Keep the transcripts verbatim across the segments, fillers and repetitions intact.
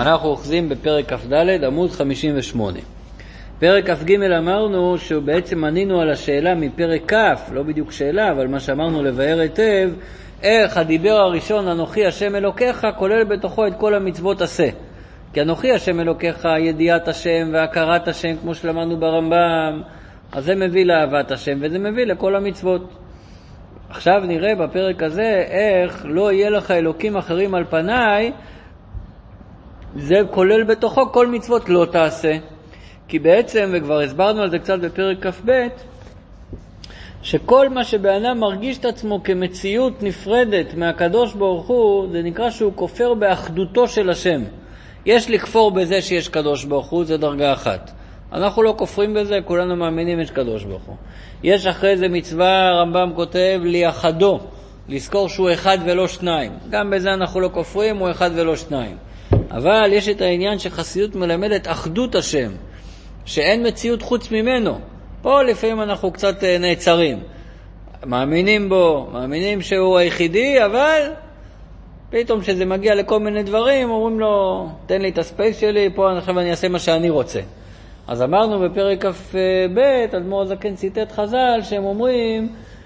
אנחנו אוחזים בפרק כ"ד עמוד חמישים ושמונה. פרק כ"ג אמרנו שבעצם ענינו על השאלה מפרק כ', לא בדיוק שאלה, אבל מה שאמרנו לבאר היטב, איך הדיבר הראשון אנוכי השם אלוקיך כולל בתוכו את כל המצוות עשה. כי אנוכי השם אלוקיך, ידיעת השם והכרת השם, כמו שלמדנו ברמב"ם, אז זה מביא לאהבת השם וזה מביא לכל המצוות. עכשיו נראה בפרק הזה איך לא יהיה לך אלוקים אחרים על פניי, זה כולל בתוכו כל מצוות לא תעשה. כי בעצם, וכבר הסברנו על זה קצת בפרק כ"ב, שכל מה שבאדם מרגיש את עצמו כמציאות נפרדת מהקדוש ברוך הוא, זה נקרא שהוא כופר באחדותו של השם. יש לכפור בזה שיש קדוש ברוך הוא, זה דרגה אחת. אנחנו לא כופרים בזה, כולנו מאמינים יש קדוש ברוך הוא. יש אחרי זה מצווה, הרמב"ם כותב, ליחדו, לזכור שהוא אחד ולא שניים. גם בזה אנחנו לא כופרים, הוא אחד ולא שניים. אבל יש את העניין שחסידות מלמדת אחדות השם, שאין מציאות חוץ ממנו. פה לפעמים אנחנו קצת נעצרים. מאמינים בו, מאמינים שהוא היחידי, אבל פתאום שזה מגיע לכל מיני דברים, אומרים לו, תן לי את הספייס שלי, פה עכשיו אני אעשה מה שאני רוצה. אז אמרנו בפרק כ"ב, אדמו"ר הזקן ציטט חז"ל, שהם אומרים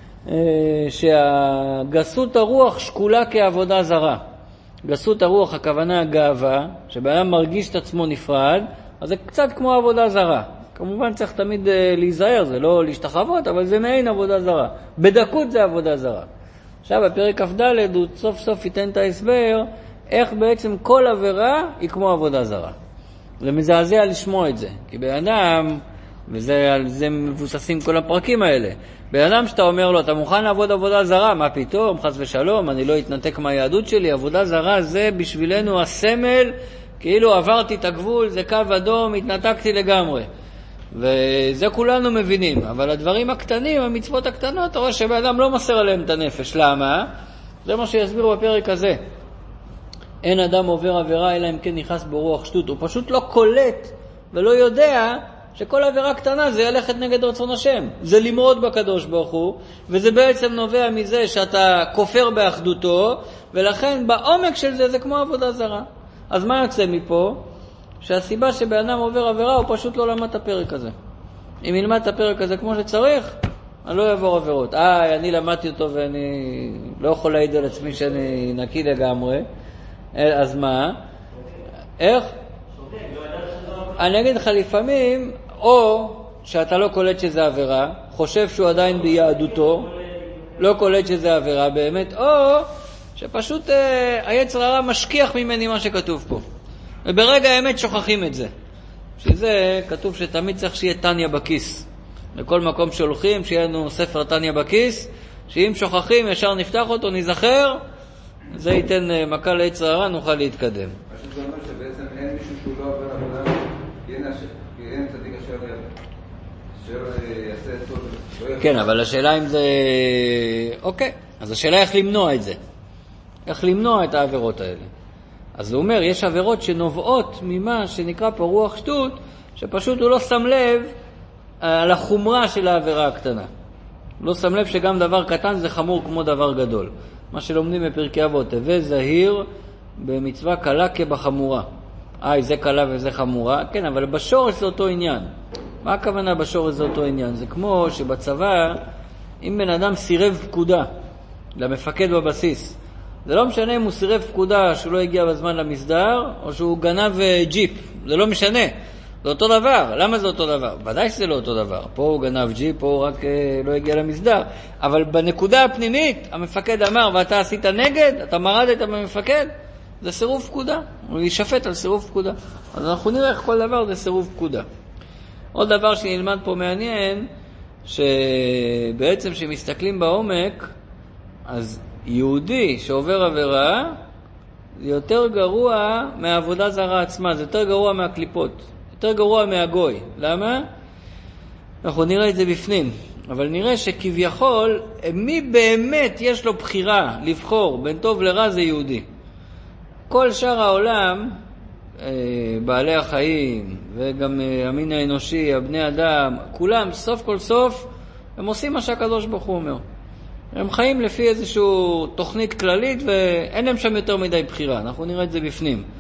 שהגסות הרוח שקולה כעבודה זרה. גסות הרוח, הכוונה הגאווה, שבאדם מרגיש את עצמו נפרד, אז זה קצת כמו עבודה זרה. כמובן צריך תמיד להיזהר, זה לא להשתחוות, אבל זה מעין עבודה זרה. בדקות זה עבודה זרה. עכשיו בפרק כ"ד הוא סוף סוף ייתן את ההסבר, איך בעצם כל עבירה היא כמו עבודה זרה. זה מזעזע לשמוע את זה, כי באדם, ועל זה מבוססים כל הפרקים האלה, באדם שאתה אומר לו, אתה מוכן לעבוד עבודה זרה? מה פתאום? חס ושלום, אני לא אתנתק מהיהדות שלי. עבודה זרה זה בשבילנו הסמל, כאילו עברתי את הגבול, זה קו אדום, התנתקתי לגמרי. וזה כולנו מבינים. אבל הדברים הקטנים, המצוות הקטנות, אתה רואה שבאדם לא מסר עליהם את הנפש. למה? זה מה שיסביר בפרק הזה. אין אדם עובר עבירה אלא אם כן נכנס ברוח שטות. הוא פשוט לא קולט ולא יודע שכל עבירה קטנה זה ללכת נגד רצון השם. זה למרוד בקדוש ברוך הוא, וזה בעצם נובע מזה שאתה כופר באחדותו, ולכן בעומק של זה זה כמו עבודה זרה. אז מה יוצא מפה? שהסיבה שבאדם עובר עבירה הוא פשוט לא למד את הפרק הזה. אם ילמד את הפרק הזה כמו שצריך, אני לא יעבור עבירות. אה, אני למדתי אותו ואני לא יכול להעיד על עצמי שאני נקי לגמרי. אז מה? איך? אני אגיד לך לפעמים, או שאתה לא קולט שזה עבירה, חושב שהוא עדיין ביהדותו, לא קולט שזה עבירה באמת, או שפשוט אה, היצר הרע משכיח ממני מה שכתוב פה. וברגע האמת שוכחים את זה. שזה כתוב שתמיד צריך שיהיה תניה בכיס. לכל מקום שהולכים, שיהיה לנו ספר תניה בכיס, שאם שוכחים ישר נפתח אותו, נזכר, זה ייתן מכה ליצר הרע, נוכל להתקדם. מה שזה אומר שבעצם אין מישהו שהוא לא עובר עבודה, כי אין צדיק אשר יעשה את טוב. כן, אבל השאלה אם זה... אוקיי, אז השאלה איך למנוע את זה. איך למנוע את העבירות האלה. אז הוא אומר, יש עבירות שנובעות ממה שנקרא פה רוח שטות, שפשוט הוא לא שם לב על החומרה של העבירה הקטנה. הוא לא שם לב שגם דבר קטן זה חמור כמו דבר גדול. מה שלומדים בפרקי אבות, הווה זהיר במצווה קלה כבחמורה. איי, זה קלה וזה חמורה. כן, אבל בשורש זה אותו עניין. מה הכוונה בשורש זה אותו עניין? זה כמו שבצבא, אם בן אדם סירב פקודה למפקד בבסיס, זה לא משנה אם הוא סירב פקודה שהוא לא הגיע בזמן למסדר, או שהוא גנב ג'יפ. זה לא משנה. זה אותו דבר. למה זה אותו דבר? ודאי שזה לא אותו דבר. פה הוא גנב ג'יפ, פה הוא רק לא הגיע למסדר. אבל בנקודה הפנימית, המפקד אמר, ואתה עשית נגד, אתה מרדת במפקד, זה סירוב פקודה. הוא יישפט על סירוב פקודה. אז אנחנו נראה איך כל דבר זה סירוב פקודה. עוד דבר שנלמד פה מעניין, שבעצם שמסתכלים בעומק, אז יהודי שעובר עבירה, זה יותר גרוע מהעבודה זרה עצמה, זה יותר גרוע מהקליפות, יותר גרוע מהגוי. למה? אנחנו נראה את זה בפנים, אבל נראה שכביכול, מי באמת יש לו בחירה לבחור בין טוב לרע זה יהודי. כל שאר העולם, בעלי החיים וגם המין האנושי, הבני אדם, כולם סוף כל סוף הם עושים מה שהקדוש ברוך הוא אומר. הם חיים לפי איזושהי תוכנית כללית ואין להם שם יותר מדי בחירה. אנחנו נראה את זה בפנים.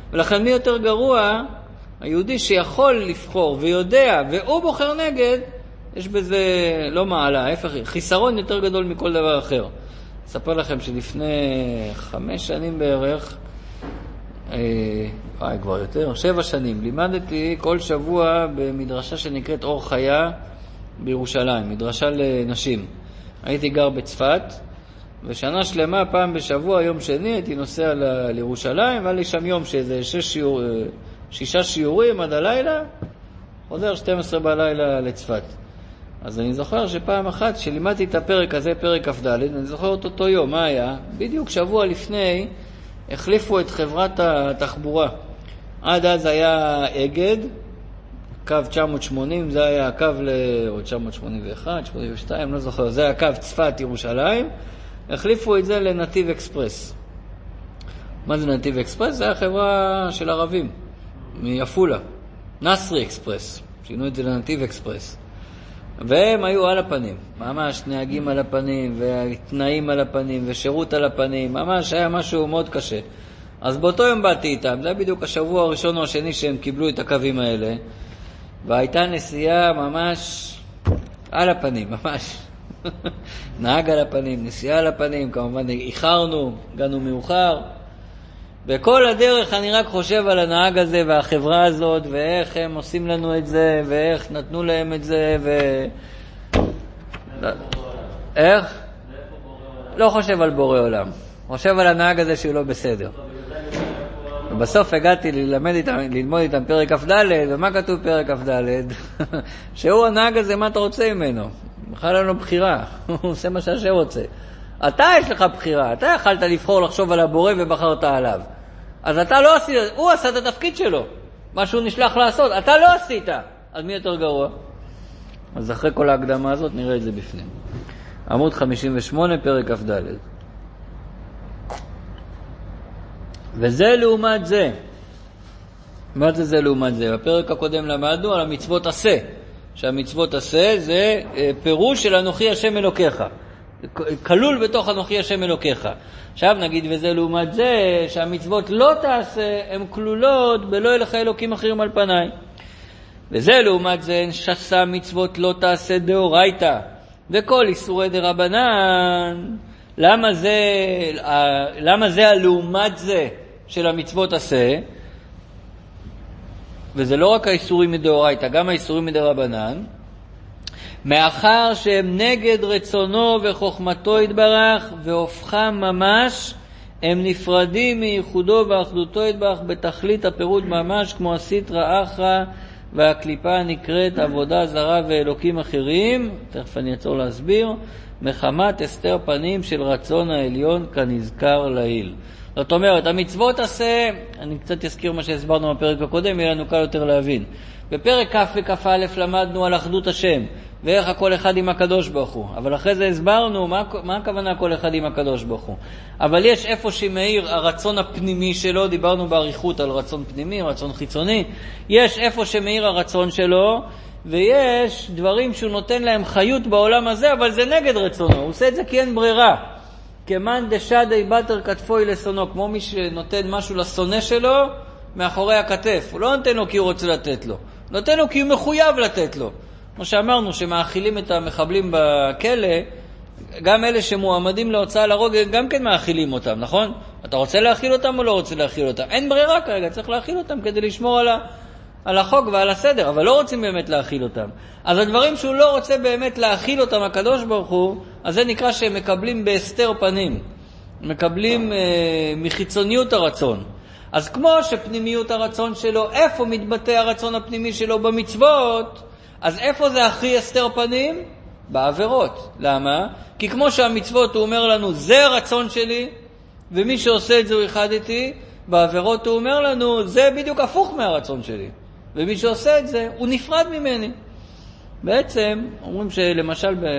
ולכן מי יותר גרוע? היהודי שיכול לבחור ויודע, והוא בוחר נגד, יש בזה לא מעלה, ההפך, חיסרון יותר גדול מכל דבר אחר. אספר לכם שלפני חמש שנים בערך, אה, אה, כבר יותר, שבע שנים, לימדתי כל שבוע במדרשה שנקראת אור חיה בירושלים, מדרשה לנשים. הייתי גר בצפת, ושנה שלמה, פעם בשבוע, יום שני, הייתי נוסע ל- לירושלים, והיה לי שם יום שזה שש שיעור, שישה שיעורים עד הלילה, חוזר שתים עשרה בלילה לצפת. אז אני זוכר שפעם אחת שלימדתי את הפרק הזה, פרק כ"ד, אני זוכר את אותו יום, מה היה? בדיוק שבוע לפני החליפו את חברת התחבורה. עד אז היה אגד, קו תשע מאות שמונים, זה היה הקו ל... או תשע מאות שמונים ואחת, שמונים ושתיים, לא זוכר, זה היה קו צפת ירושלים, החליפו את זה לנתיב אקספרס. מה זה נתיב אקספרס? זה היה חברה של ערבים, מיפולה, נסרי אקספרס, שינו את זה לנתיב אקספרס. והם היו על הפנים, ממש נהגים על הפנים, ותנאים על הפנים, ושירות על הפנים, ממש היה משהו מאוד קשה. אז באותו יום באתי איתם, זה היה בדיוק השבוע הראשון או השני שהם קיבלו את הקווים האלה, והייתה נסיעה ממש על הפנים, ממש. נהג על הפנים, נסיעה על הפנים, כמובן איחרנו, הגענו מאוחר. בכל הדרך אני רק חושב על הנהג הזה והחברה הזאת, ואיך הם עושים לנו את זה, ואיך נתנו להם את זה, ו... איך? לא חושב על בורא עולם. חושב על הנהג הזה שהוא לא בסדר. ובסוף הגעתי ללמד איתם, ללמוד איתם פרק כ"ד, ומה כתוב פרק כ"ד? שהוא הנהג הזה, מה אתה רוצה ממנו? בכלל אין לו בחירה, הוא עושה מה שהשם רוצה. אתה יש לך בחירה, אתה יכלת לבחור לחשוב על הבורא ובחרת עליו. אז אתה לא עשית, הוא עשה את התפקיד שלו, מה שהוא נשלח לעשות, אתה לא עשית. אז מי יותר גרוע? אז אחרי כל ההקדמה הזאת נראה את זה בפנים. עמוד חמישים ושמונה, פרק כ"ד. וזה לעומת זה. מה זה זה לעומת זה? בפרק הקודם למדנו על המצוות עשה. שהמצוות עשה זה פירוש של אנוכי השם אלוקיך. כלול בתוך אנוכי השם אלוקיך. עכשיו נגיד וזה לעומת זה שהמצוות לא תעשה, הן כלולות בלא ילך אלוקים אחרים על פניי. וזה לעומת זה שסה מצוות לא תעשה דאורייתא וכל איסורי דרבנן. למה זה, למה זה הלעומת זה של המצוות עשה? וזה לא רק האיסורים מדאורייתא, גם האיסורים מדרבנן, מאחר שהם נגד רצונו וחוכמתו יתברך, והופכם ממש, הם נפרדים מייחודו ואחדותו יתברך בתכלית הפירוד ממש, כמו הסטרא אחרא והקליפה הנקראת עבודה זרה ואלוקים אחרים, תכף אני אעצור להסביר, מחמת הסתר פנים של רצון העליון כנזכר לעיל. זאת אומרת, המצוות עשה, אני קצת אזכיר מה שהסברנו בפרק הקודם, יהיה לנו קל יותר להבין. בפרק כ' וכף א' למדנו על אחדות השם, ואיך הכל אחד עם הקדוש ברוך הוא. אבל אחרי זה הסברנו מה, מה הכוונה כל אחד עם הקדוש ברוך הוא. אבל יש איפה שמאיר הרצון הפנימי שלו, דיברנו בעריכות על רצון פנימי, רצון חיצוני, יש איפה שמאיר הרצון שלו, ויש דברים שהוא נותן להם חיות בעולם הזה, אבל זה נגד רצונו, הוא עושה את זה כי אין ברירה. כמן דשדי בטר כתפוי לסונו, כמו מי שנותן משהו לסונה שלו מאחורי הכתף. הוא לא נותן לו כי הוא רוצה לתת לו, נותן לו כי הוא מחויב לתת לו. כמו שאמרנו, שמאכילים את המחבלים בכלא, גם אלה שמועמדים להוצאה להרוג, גם כן מאכילים אותם, נכון? אתה רוצה להאכיל אותם או לא רוצה להאכיל אותם? אין ברירה כרגע, צריך להאכיל אותם כדי לשמור על, ה, על החוק ועל הסדר, אבל לא רוצים באמת להאכיל אותם. אז הדברים שהוא לא רוצה באמת להאכיל אותם, הקדוש ברוך הוא, אז זה נקרא שהם מקבלים בהסתר פנים, מקבלים אה, מחיצוניות הרצון. אז כמו שפנימיות הרצון שלו, איפה מתבטא הרצון הפנימי שלו במצוות, אז איפה זה הכי הסתר פנים? בעבירות. למה? כי כמו שהמצוות הוא אומר לנו, זה הרצון שלי, ומי שעושה את זה הוא אחד איתי, בעבירות הוא אומר לנו, זה בדיוק הפוך מהרצון שלי. ומי שעושה את זה, הוא נפרד ממני. בעצם, אומרים שלמשל, ב...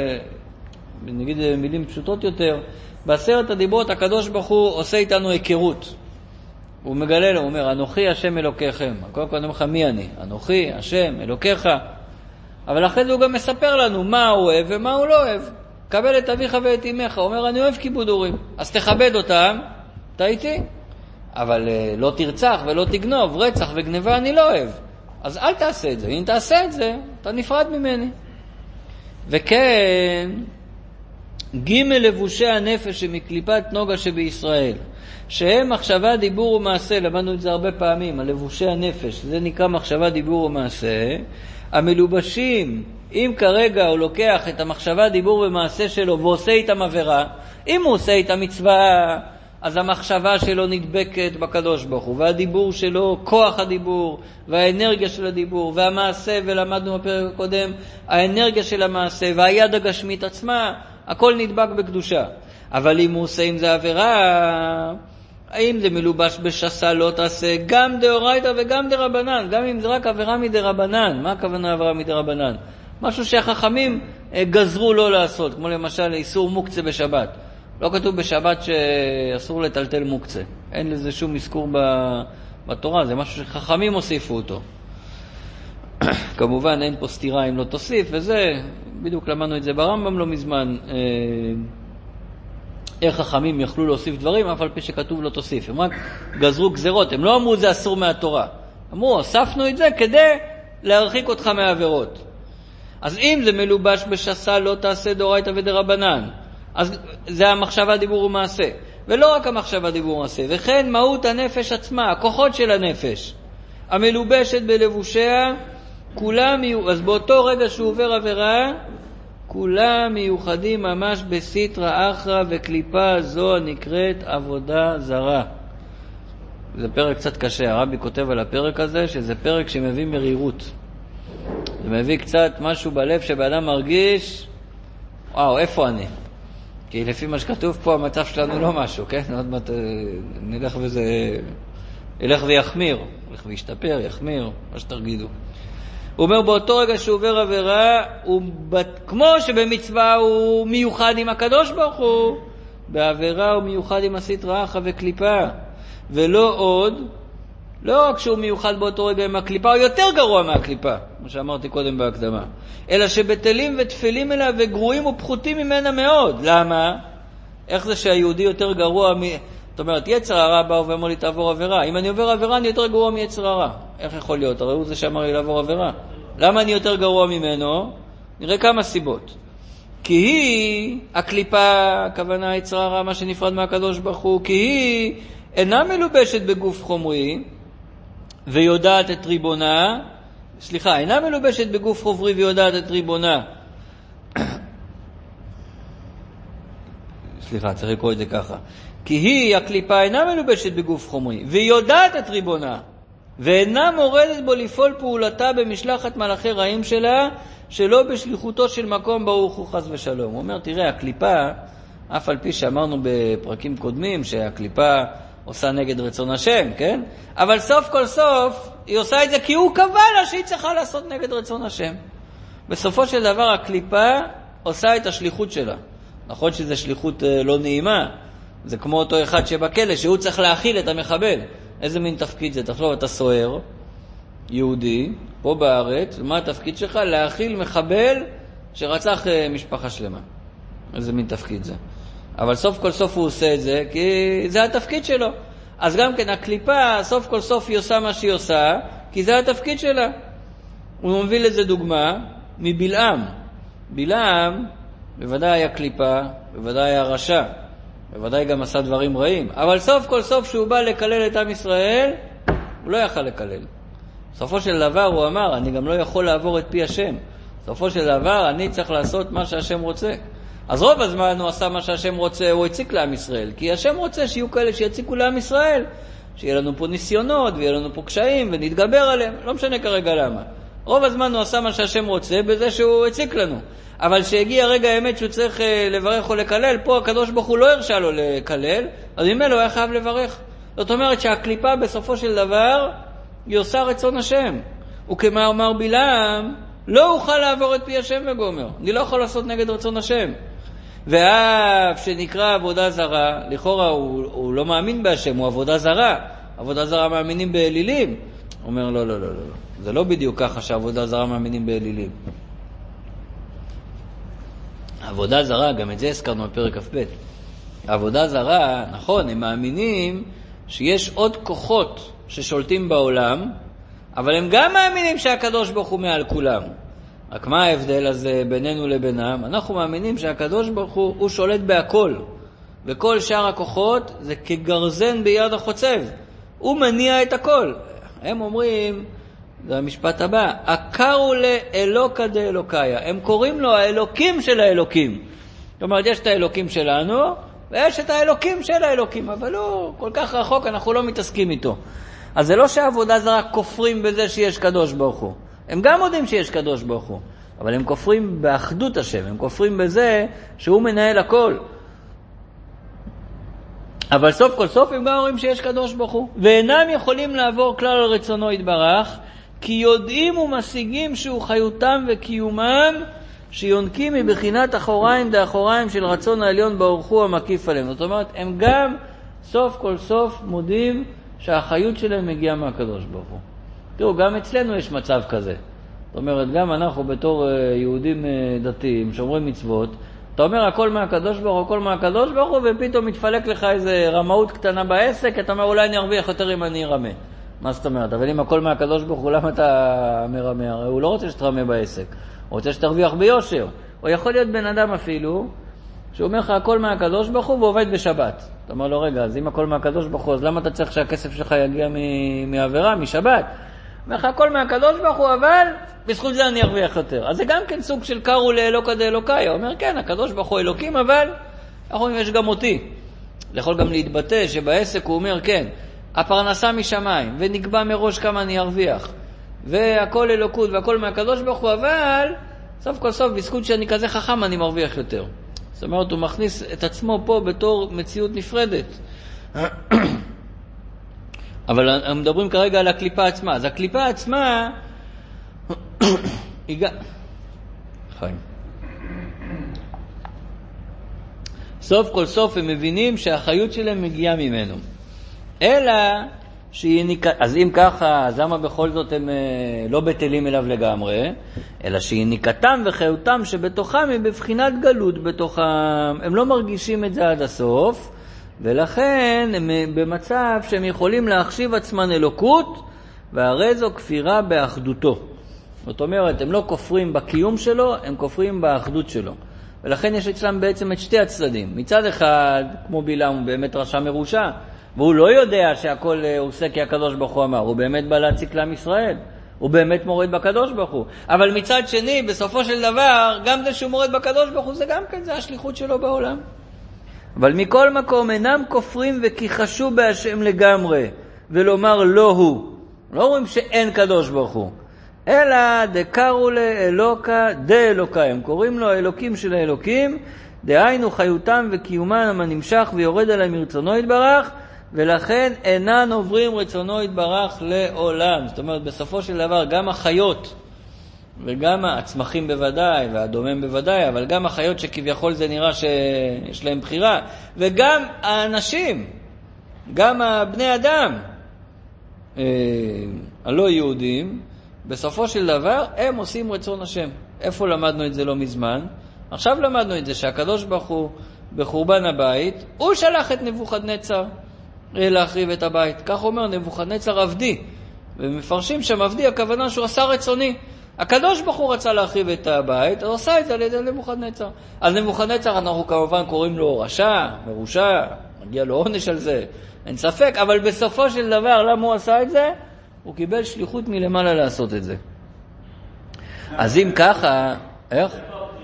נגיד מילים פשוטות יותר, בעשרת הדיברות הקדוש ברוך הוא עושה איתנו היכרות. הוא מגלה לו, הוא אומר, אנוכי השם אלוקיכם. קודם כל אני אומר לך, מי אני? אנוכי השם אלוקיך. אבל אחרי זה הוא גם מספר לנו מה הוא אוהב ומה הוא לא אוהב. קבל את אביך ואת אמך. הוא אומר, אני אוהב כיבוד הורים. אז תכבד אותם, אתה איתי. אבל לא תרצח ולא תגנוב, רצח וגניבה אני לא אוהב. אז אל תעשה את זה. אם תעשה את זה, אתה נפרד ממני. וכן, ג' לבושי הנפש שמקליפת נוגה שבישראל, שהם מחשבה, דיבור ומעשה, למדנו את זה הרבה פעמים, על לבושי הנפש, זה נקרא מחשבה, דיבור ומעשה, המלובשים, אם כרגע הוא לוקח את המחשבה, דיבור ומעשה שלו ועושה איתם עבירה, אם הוא עושה איתם מצווה, אז המחשבה שלו נדבקת בקדוש ברוך הוא, והדיבור שלו, כוח הדיבור, והאנרגיה של הדיבור, והמעשה, ולמדנו בפרק הקודם, האנרגיה של המעשה, והיד הגשמית עצמה, הכל נדבק בקדושה. אבל אם הוא עושה עם זה עבירה, האם זה מלובש בשסה לא תעשה, גם דאורייתא וגם דרבנן, גם אם זה רק עבירה מדרבנן. מה הכוונה עבירה מדרבנן? משהו שהחכמים גזרו לא לעשות, כמו למשל איסור מוקצה בשבת. לא כתוב בשבת שאסור לטלטל מוקצה. אין לזה שום מזכור בתורה, זה משהו שחכמים הוסיפו אותו. כמובן אין פה סתירה אם לא תוסיף, וזה, בדיוק למדנו את זה ברמב"ם לא מזמן, איך חכמים יכלו להוסיף דברים, אף על פי שכתוב לא תוסיף. הם רק גזרו גזרות, הם לא אמרו זה אסור מהתורה. אמרו, הוספנו את זה כדי להרחיק אותך מהעבירות. אז אם זה מלובש בשסה לא תעשה דאורייתא ודרבנן, אז זה המחשבה, דיבור ומעשה. ולא רק המחשבה, דיבור ומעשה, וכן מהות הנפש עצמה, הכוחות של הנפש, המלובשת בלבושיה, כולם יהיו, אז באותו רגע שהוא עובר עבירה, כולם מיוחדים ממש בסיטרא אחרא וקליפה זו הנקראת עבודה זרה. זה פרק קצת קשה, הרבי כותב על הפרק הזה שזה פרק שמביא מרירות. זה מביא קצת משהו בלב שבאדם מרגיש, וואו, איפה אני? כי לפי מה שכתוב פה המצב שלנו לא משהו, כן? עוד מעט נלך וזה, ילך ויחמיר, ילך וישתפר, יחמיר, מה שתרגידו. הוא אומר באותו רגע שהוא עובר עבירה, הוא, כמו שבמצווה הוא מיוחד עם הקדוש ברוך הוא, בעבירה הוא מיוחד עם הסיטרא אחרא וקליפה. ולא עוד, לא רק שהוא מיוחד באותו רגע עם הקליפה, הוא יותר גרוע מהקליפה, מה שאמרתי קודם בהקדמה, אלא שבטלים ותפלים אליו וגרועים ופחותים ממנה מאוד. למה? איך זה שהיהודי יותר גרוע מ... זאת אומרת, יצר הרע בא ואומר לי תעבור עבירה. אם אני עובר עבירה אני יותר גרוע מיצר הרע. איך יכול להיות? הרי הוא זה שאמר לי לעבור עבירה. למה אני יותר גרוע ממנו? נראה כמה סיבות. כי היא, הקליפה, הכוונה יצר הרע, מה שנפרד מהקדוש ברוך הוא, כי היא אינה מלובשת בגוף חומרי ויודעת את ריבונה, סליחה, אינה מלובשת בגוף חומרי ויודעת את ריבונה. סליחה, צריך לקרוא את זה ככה. כי היא, הקליפה, אינה מלובשת בגוף חומרי, והיא יודעת את ריבונה, ואינה מורדת בו לפעול פעולתה במשלחת מלאכי רעים שלה, שלא בשליחותו של מקום ברוך הוא חס ושלום. הוא אומר, תראה, הקליפה, אף על פי שאמרנו בפרקים קודמים, שהקליפה עושה נגד רצון השם, כן? אבל סוף כל סוף, היא עושה את זה כי הוא קבע לה שהיא צריכה לעשות נגד רצון השם. בסופו של דבר, הקליפה עושה את השליחות שלה. נכון שזה שליחות לא נעימה, זה כמו אותו אחד שבכלא, שהוא צריך להאכיל את המחבל. איזה מין תפקיד זה? תחשוב, אתה סוער, יהודי, פה בארץ, מה התפקיד שלך? להאכיל מחבל שרצח משפחה שלמה. איזה מין תפקיד זה? אבל סוף כל סוף הוא עושה את זה, כי זה התפקיד שלו. אז גם כן, הקליפה, סוף כל סוף היא עושה מה שהיא עושה, כי זה התפקיד שלה. הוא מביא לזה דוגמה מבלעם. בלעם, בוודאי היה קליפה, בוודאי היה רשע. בוודאי גם עשה דברים רעים, אבל סוף כל סוף שהוא בא לקלל את עם ישראל, הוא לא יכל לקלל. סופו של דבר הוא אמר, אני גם לא יכול לעבור את פי השם. סופו של דבר אני צריך לעשות מה שהשם רוצה. אז רוב הזמן הוא עשה מה שהשם רוצה, הוא הציק לעם ישראל, כי השם רוצה שיהיו כאלה שיציקו לעם ישראל, שיהיה לנו פה ניסיונות ויהיה לנו פה קשיים ונתגבר עליהם, לא משנה כרגע למה. רוב הזמן הוא עשה מה שהשם רוצה בזה שהוא הציק לנו. אבל שהגיע רגע האמת שהוא צריך לברך או לקלל, פה הקדוש ברוך הוא לא הרשה לו לקלל, אז ממנו הוא היה חייב לברך. זאת אומרת שהקליפה בסופו של דבר היא עושה רצון השם. וכמה אומר בלעם, לא אוכל לעבור את פי השם וגומר. אני לא יכול לעשות נגד רצון השם. ואף שנקרא עבודה זרה, לכאורה הוא, הוא לא מאמין בהשם, הוא עבודה זרה. עבודה זרה מאמינים באלילים. הוא אומר לא, לא, לא, לא. זה לא בדיוק ככה שעבודה זרה מאמינים באלילים. עבודה זרה, גם את זה הזכרנו בפרק כ"ב. עבודה זרה, נכון, הם מאמינים שיש עוד כוחות ששולטים בעולם, אבל הם גם מאמינים שהקדוש ברוך הוא מעל כולם. רק מה ההבדל הזה בינינו לבינם? אנחנו מאמינים שהקדוש ברוך הוא, הוא שולט בהכל. וכל שאר הכוחות זה כגרזן ביד החוצב. הוא מניע את הכל. הם אומרים, זה המשפט הבא, עקרו לאלוקה דאלוקיה. הם קוראים לו האלוקים של האלוקים. זאת אומרת, יש את האלוקים שלנו, ויש את האלוקים של האלוקים, אבל הוא כל כך רחוק, אנחנו לא מתעסקים איתו. אז זה לא שהעבודה זרה כופרים בזה שיש קדוש ברוך הוא. הם גם יודעים שיש קדוש ברוך הוא, אבל הם כופרים באחדות השם, הם כופרים בזה שהוא מנהל הכל. אבל סוף כל סוף הם גם אומרים שיש קדוש ברוך הוא, ואינם יכולים לעבור כלל על רצונו יתברך, כי יודעים ומשיגים שהוא חיותם וקיומם, שיונקים מבחינת אחוריים דאחוריים של רצון העליון ברוך הוא המקיף עליהם. זאת אומרת, הם גם סוף כל סוף מודים שהחיות שלהם מגיעה מהקדוש ברוך הוא. תראו, גם אצלנו יש מצב כזה. זאת אומרת, גם אנחנו בתור יהודים דתיים, שומרים מצוות, אתה אומר הכל מהקדוש ברוך הוא, הכל מהקדוש ברוך הוא, ופתאום מתפלק לך איזה רמאות קטנה בעסק, אתה אומר אולי אני ארוויח יותר אם אני ארמה. מה זאת אומרת? אבל אם הכל מהקדוש ברוך הוא, למה אתה מרמה? הרי הוא לא רוצה שתרמה בעסק, הוא רוצה שתרוויח ביושר. או יכול להיות בן אדם אפילו, שהוא אומר לך הכל מהקדוש ברוך הוא ועובד בשבת. אתה אומר לו, רגע, אז אם הכל מהקדוש ברוך הוא, אז למה אתה צריך שהכסף שלך יגיע מעבירה, משבת? אומר לך הכל מהקדוש ברוך הוא, אבל בזכות זה אני ארוויח יותר. אז זה גם כן סוג של קראו לאלוקה דאלוקיה. הוא אומר, כן, הקדוש ברוך הוא אלוקים, אבל אנחנו אומרים, יש גם אותי. יכול גם להתבטא שבעסק הוא אומר, כן, הפרנסה משמיים, ונקבע מראש כמה אני ארוויח, והכל אלוקות והכל מהקדוש ברוך הוא, אבל סוף כל סוף בזכות שאני כזה חכם אני מרוויח יותר. זאת אומרת, הוא מכניס את עצמו פה בתור מציאות נפרדת. אבל אנחנו מדברים כרגע על הקליפה עצמה. אז הקליפה עצמה היא גם... חיים. סוף כל סוף הם מבינים שהחיות שלהם מגיעה ממנו. אלא שהיא ניקת... אז אם ככה, אז למה בכל זאת הם לא בטלים אליו לגמרי? אלא שהיא ניקתם וחיותם שבתוכם היא בבחינת גלות בתוכם. הם לא מרגישים את זה עד הסוף, ולכן הם במצב שהם יכולים להחשיב עצמן אלוקות, והרי זו כפירה באחדותו. זאת אומרת, הם לא כופרים בקיום שלו, הם כופרים באחדות שלו. ולכן יש אצלם בעצם את שתי הצדדים. מצד אחד, כמו בלעם, הוא באמת רשע מרושע, והוא לא יודע שהכל עושה כי הקדוש ברוך הוא אמר. הוא באמת בא להציק לעם ישראל. הוא באמת מורד בקדוש ברוך הוא. אבל מצד שני, בסופו של דבר, גם זה שהוא מורד בקדוש ברוך הוא, זה גם כן, זה השליחות שלו בעולם. אבל מכל מקום אינם כופרים וכיחשו בהשם לגמרי, ולומר לא הוא. לא אומרים שאין קדוש ברוך הוא. אלא דקרו לאלוקה דאלוקה. הם קוראים לו האלוקים של האלוקים, דהיינו חיותם וקיומם הנמשך ויורד עליהם מרצונו יתברך, ולכן אינן עוברים רצונו יתברך לעולם. זאת אומרת, בסופו של דבר, גם החיות, וגם הצמחים בוודאי, והדומם בוודאי, אבל גם החיות שכביכול זה נראה שיש להם בחירה, וגם האנשים, גם הבני אדם, אה, הלא יהודים, בסופו של דבר, הם עושים רצון השם. איפה למדנו את זה לא מזמן? עכשיו למדנו את זה שהקדוש ברוך הוא בחורבן הבית, הוא שלח את נבוכדנצר להחריב את הבית. כך אומר נבוכדנצר עבדי. ומפרשים שם עבדי, הכוונה שהוא עשה רצוני. הקדוש ברוך הוא רצה להחריב את הבית, הוא עשה את זה על ידי נבוכדנצר. אז נבוכדנצר אנחנו כמובן קוראים לו רשע, מרושע, מגיע לו עונש על זה, אין ספק, אבל בסופו של דבר, למה הוא עשה את זה? הוא קיבל שליחות מלמעלה לעשות את זה. אז אם ככה, איך?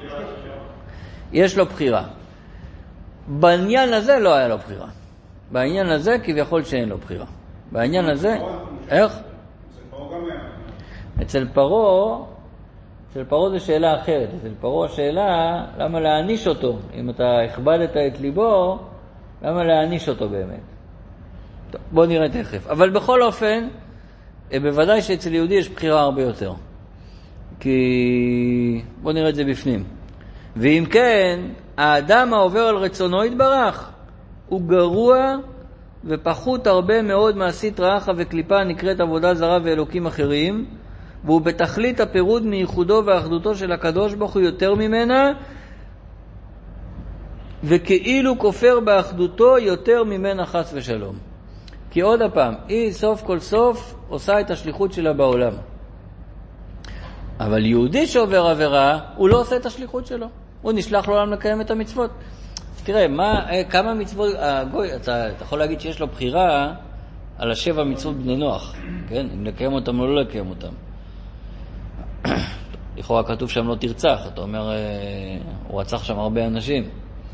יש לו בחירה. בעניין הזה לא היה לו בחירה. בעניין הזה כביכול שאין לו בחירה. בעניין הזה, איך? אצל פרו, אצל פרו זה שאלה אחרת. אצל פרו השאלה, למה להעניש אותו? אם אתה הכבדת את ליבו, למה להעניש אותו באמת? טוב, בוא נראה תכף. אבל בכל אופן, בוודאי שאצל יהודי יש בחירה הרבה יותר. כי בוא נראה את זה בפנים. ואם כן, האדם העובר על רצונו יתברך, הוא גרוע ופחות הרבה מאוד מעשית רעך וקליפה נקראת עבודה זרה ואלוקים אחרים, והוא בתכלית הפירוד מייחודו ואחדותו של הקדוש ברוך הוא יותר ממנה, וכאילו כופר באחדותו יותר ממנה חס ושלום. כי עוד הפעם, היא סוף כל סוף עושה את השליחות שלה בעולם. אבל יהודי שעובר עבירה, הוא לא עושה את השליחות שלו. הוא נשלח לעולם לקיים את המצוות. תראה, מה, כמה מצוות, הגוי, אתה, אתה יכול להגיד שיש לו בחירה על השבע מצוות בני נוח, כן? אם לקיים אותם או לא לקיים אותם. לכאורה כתוב שם לא תרצח, אתה אומר, הוא רצח שם הרבה אנשים.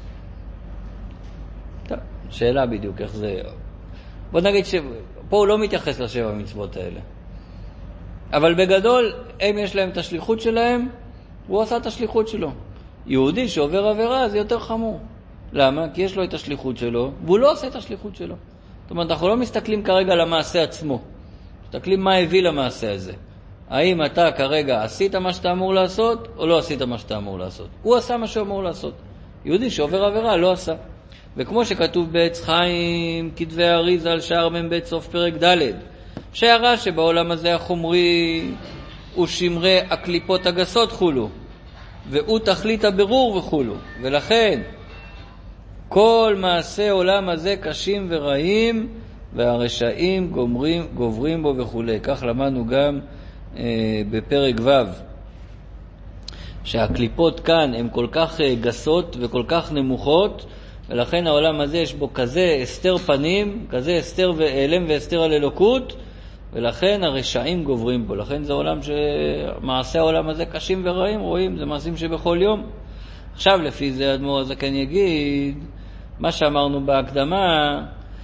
טוב, שאלה בדיוק, איך זה... בוא נגיד שפה הוא לא מתייחס לשבע מצוות האלה. אבל בגדול, הם יש להם את השליחות שלהם, הוא עושה את השליחות שלו. יהודי שעובר עבירה זה יותר חמור. למה? כי יש לו את השליחות שלו, והוא לא עושה את השליחות שלו. זאת אומרת, אנחנו לא מסתכלים כרגע למעשה עצמו. מסתכלים מה הביא למעשה הזה. האם אתה כרגע עשית מה שאתה אמור לעשות, או לא עשית מה שאתה אמור לעשות? הוא עשה מה שהוא אמור לעשות. יהודי שעובר עבירה לא עשה. וכמו שכתוב בעץ חיים, כתבי אריזה על שער מבית סוף פרק ד', שהרע שבעולם הזה החומרי הוא שמרי הקליפות הגסות חולו, והוא תכלית הבירור וחולו. ולכן כל מעשה עולם הזה קשים ורעים, והרשעים גומרים, גוברים בו וכו'. כך למדנו גם אה, בפרק ו', שהקליפות כאן הן כל כך אה, גסות וכל כך נמוכות, ולכן העולם הזה יש בו כזה הסתר פנים, כזה הסתר ואלם והסתר על אלוקות, ולכן הרשעים גוברים בו. לכן זה עולם שמעשה העולם הזה קשים ורעים, רואים, זה מעשים שבכל יום. עכשיו לפי זה אדמו"ר הזקן יגיד, מה שאמרנו בהקדמה,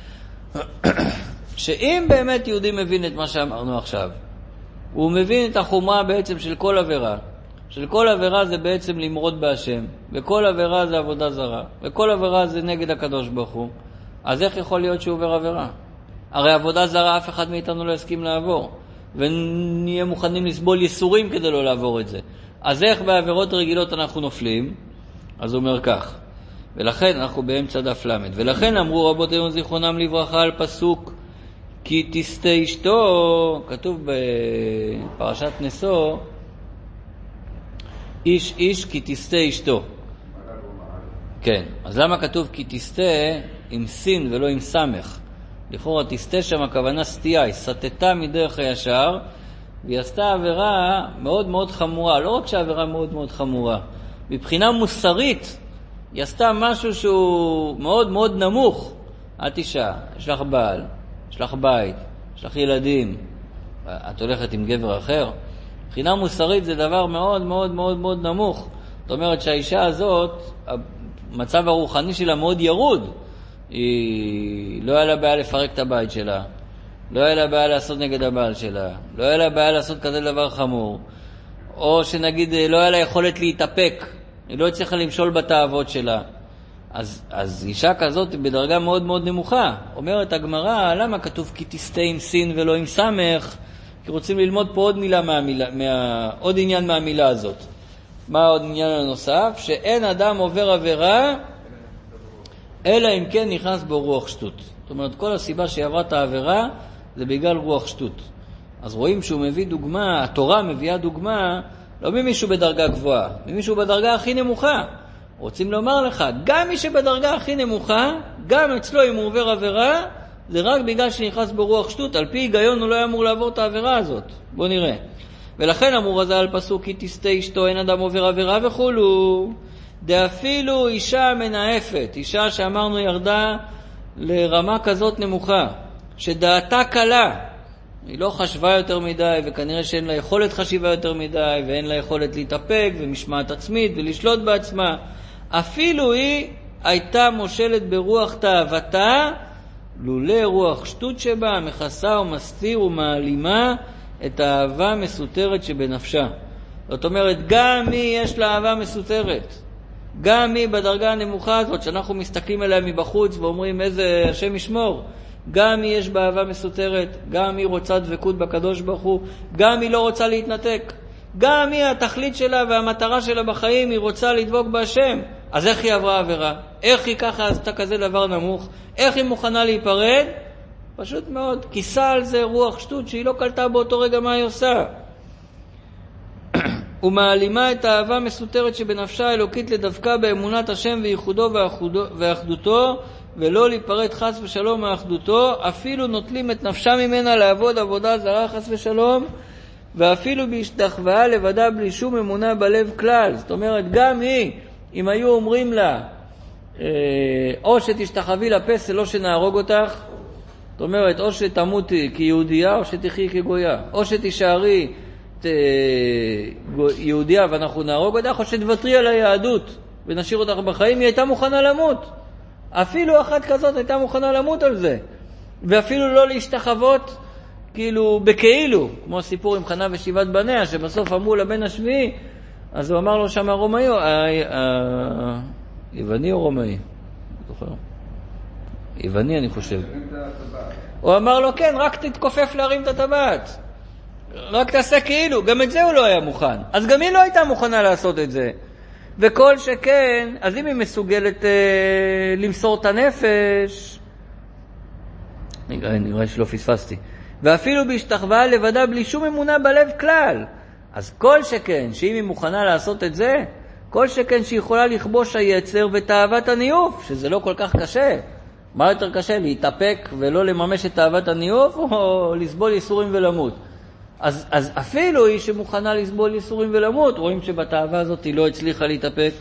שאם באמת יהודי מבין את מה שאמרנו עכשיו, הוא מבין את החומרה בעצם של כל עבירה, של כל עבירה זה בעצם למרוד בהשם, וכל עבירה זה עבודה זרה, וכל עבירה זה נגד הקדוש ברוך הוא, אז איך יכול להיות שהוא עובר עבירה? הרי עבודה זרה אף אחד מאיתנו לא הסכים לעבור, ונהיה מוכנים לסבול ייסורים כדי לא לעבור את זה. אז איך בעבירות רגילות אנחנו נופלים? אז הוא אומר כך, ולכן אנחנו באמצע דף למד, ולכן אמרו רבותינו זיכרונם לברכה על פסוק כי תסתה אשתו, כתוב בפרשת נשוא, איש איש כי תסתה אשתו. כן, אז למה כתוב כי תסתה עם סין ולא עם סמך? לכאורה תסתה שם הכוונה סטייה, היא סטתה מדרך הישר, והיא עשתה עבירה מאוד מאוד חמורה. לא רק שהעבירה מאוד מאוד חמורה, מבחינה מוסרית היא עשתה משהו שהוא מאוד מאוד נמוך. את אישה, יש לך בעל, יש לך בית, יש לך ילדים, את הולכת עם גבר אחר. מבחינה מוסרית זה דבר מאוד מאוד מאוד מאוד נמוך. זאת אומרת שהאישה הזאת, המצב הרוחני שלה מאוד ירוד. היא לא היה לה בעיה לפרק את הבית שלה, לא היה לה בעיה לעשות נגד הבעל שלה, לא היה לה בעיה לעשות כזה דבר חמור, או שנגיד לא היה לה יכולת להתאפק, היא לא הצליחה למשול בתאוות שלה. אז, אז אישה כזאת בדרגה מאוד מאוד נמוכה. אומרת הגמרא, למה כתוב כי תסתה עם סין ולא עם סמך? כי רוצים ללמוד פה עוד מילה מהמילה, מה, עוד עניין מהמילה הזאת. מה עוד עניין הנוסף? שאין אדם עובר עבירה אלא אם כן נכנס בו רוח שטות. זאת אומרת, כל הסיבה שהיא עברה את העבירה זה בגלל רוח שטות. אז רואים שהוא מביא דוגמה, התורה מביאה דוגמה, לא ממישהו בדרגה גבוהה, ממישהו בדרגה הכי נמוכה. רוצים לומר לך, גם מי שבדרגה הכי נמוכה, גם אצלו אם הוא עובר עבירה, זה רק בגלל שנכנס בו רוח שטות. על פי היגיון הוא לא אמור לעבור את העבירה הזאת. בוא נראה. ולכן אמור הזה על פסוק כי תסתה אשתו, אין אדם עובר עבירה וכולו. דאפילו אישה מנאפת, אישה שאמרנו ירדה לרמה כזאת נמוכה, שדעתה קלה, היא לא חשבה יותר מדי, וכנראה שאין לה יכולת חשיבה יותר מדי, ואין לה יכולת להתאפק ומשמעת עצמית ולשלוט בעצמה, אפילו היא הייתה מושלת ברוח תאוותה, לולא רוח שטות שבה מכסה ומסתיר ומעלימה את האהבה מסותרת שבנפשה. זאת אומרת, גם מי יש לה אהבה מסותרת, גם מי בדרגה הנמוכה הזאת שאנחנו מסתכלים עליה מבחוץ ואומרים איזה השם ישמור, גם מי יש בה אהבה מסותרת, גם מי רוצה דבקות בקדוש ברוך הוא, גם מי לא רוצה להתנתק, גם מי התכלית שלה והמטרה שלה בחיים היא רוצה לדבוק בהשם. אז איך היא עברה עבירה? איך היא ככה עשתה כזה דבר נמוך? איך היא מוכנה להיפרד? פשוט מאוד, כיסה על זה רוח שטות שהיא לא קלטה באותו רגע מה היא עושה. ומעלימה את האהבה מסותרת שבנפשה האלוקית לדווקא באמונת השם וייחודו ואחדותו, ולא להיפרד חס ושלום מאחדותו, אפילו נוטלים את נפשה ממנה לעבוד עבודה זרה חס ושלום, ואפילו בהשתחוואה לבדה בלי שום אמונה בלב כלל. זאת אומרת, גם היא, אם היו אומרים לה, או שתשתחווי לפסל או שנהרוג אותך, זאת אומרת, או שתמותי כיהודייה או שתחי כגויה, או שתישארי יהודייה ואנחנו נהרוג אותך, או שתוותרי על היהדות ונשאיר אותך בחיים, היא הייתה מוכנה למות. אפילו אחת כזאת הייתה מוכנה למות על זה, ואפילו לא להשתחוות כאילו בכאילו, כמו הסיפור עם חנה ושבעת בניה, שבסוף אמרו לבן השביעי, אז הוא אמר לו שם הרומאי, יווני או רומאי? זוכר? יווני אני חושב. הוא אמר לו, כן, רק תתכופף להרים את הטבעת. רק תעשה כאילו. גם את זה הוא לא היה מוכן. אז גם היא לא הייתה מוכנה לעשות את זה. וכל שכן, אז אם היא מסוגלת אה, למסור את הנפש, נראה, נראה שלא פספסתי. ואפילו בהשתחוואה לבדה בלי שום אמונה בלב כלל. אז כל שכן, שאם היא מוכנה לעשות את זה, כל שכן שיכולה לכבוש היצר ותאוות הניוף, שזה לא כל כך קשה. מה יותר קשה? להתאפק ולא לממש את תאוות הניוף, או לסבול ייסורים ולמות? אז, אז אפילו היא שמוכנה לסבול ייסורים ולמות, רואים שבתאווה הזאת היא לא הצליחה להתאפק.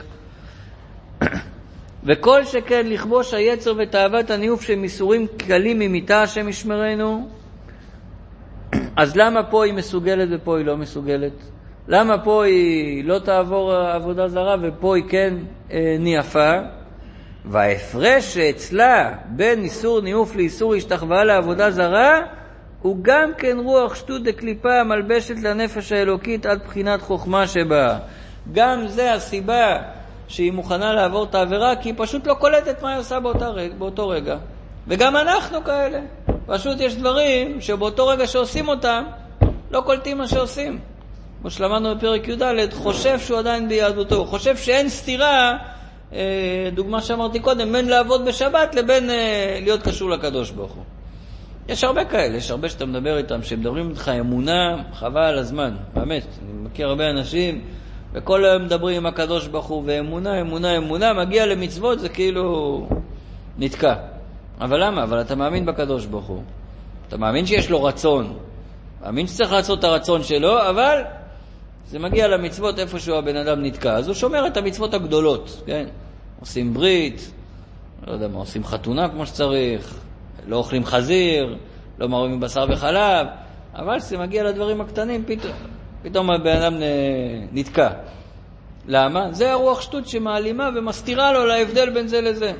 וכל שכן לכבוש היצר ותאוות הניוף שהם ייסורים קלים ממיתה השם ישמרנו, אז למה פה היא מסוגלת ופה היא לא מסוגלת? למה פה היא לא תעבור עבודה זרה ופה היא כן אה, ניאפה? וההפרש שאצלה בין איסור ניאוף לאיסור השתחוואה לעבודה זרה הוא גם כן רוח שטות דקליפה המלבשת לנפש האלוקית עד בחינת חוכמה שבה. גם זה הסיבה שהיא מוכנה לעבור את העבירה, כי היא פשוט לא קולטת מה היא עושה באותה רגע, באותו רגע. וגם אנחנו כאלה. פשוט יש דברים שבאותו רגע שעושים אותם לא קולטים מה שעושים. כמו שלמדנו בפרק י"ד, חושב שהוא עדיין ביהדותו, חושב שאין סתירה, דוגמה שאמרתי קודם, בין לעבוד בשבת לבין להיות קשור לקדוש ברוך הוא. יש הרבה כאלה, יש הרבה שאתה מדבר איתם, שמדברים איתך אמונה, חבל על הזמן, באמת. אני מכיר הרבה אנשים, וכל היום מדברים עם הקדוש ברוך הוא, ואמונה, אמונה, אמונה, מגיע למצוות, זה כאילו נתקע. אבל למה? אבל אתה מאמין בקדוש ברוך הוא. אתה מאמין שיש לו רצון. מאמין שצריך לעשות את הרצון שלו, אבל זה מגיע למצוות איפשהו הבן אדם נתקע. אז הוא שומר את המצוות הגדולות, כן? עושים ברית, לא יודע מה, עושים חתונה כמו שצריך, לא אוכלים חזיר, לא מרבים בשר וחלב, אבל זה מגיע לדברים הקטנים, פתאום, פתאום הבן אדם נתקע. למה? זה הרוח שטות שמעלימה ומסתירה לו להבדל בין זה לזה.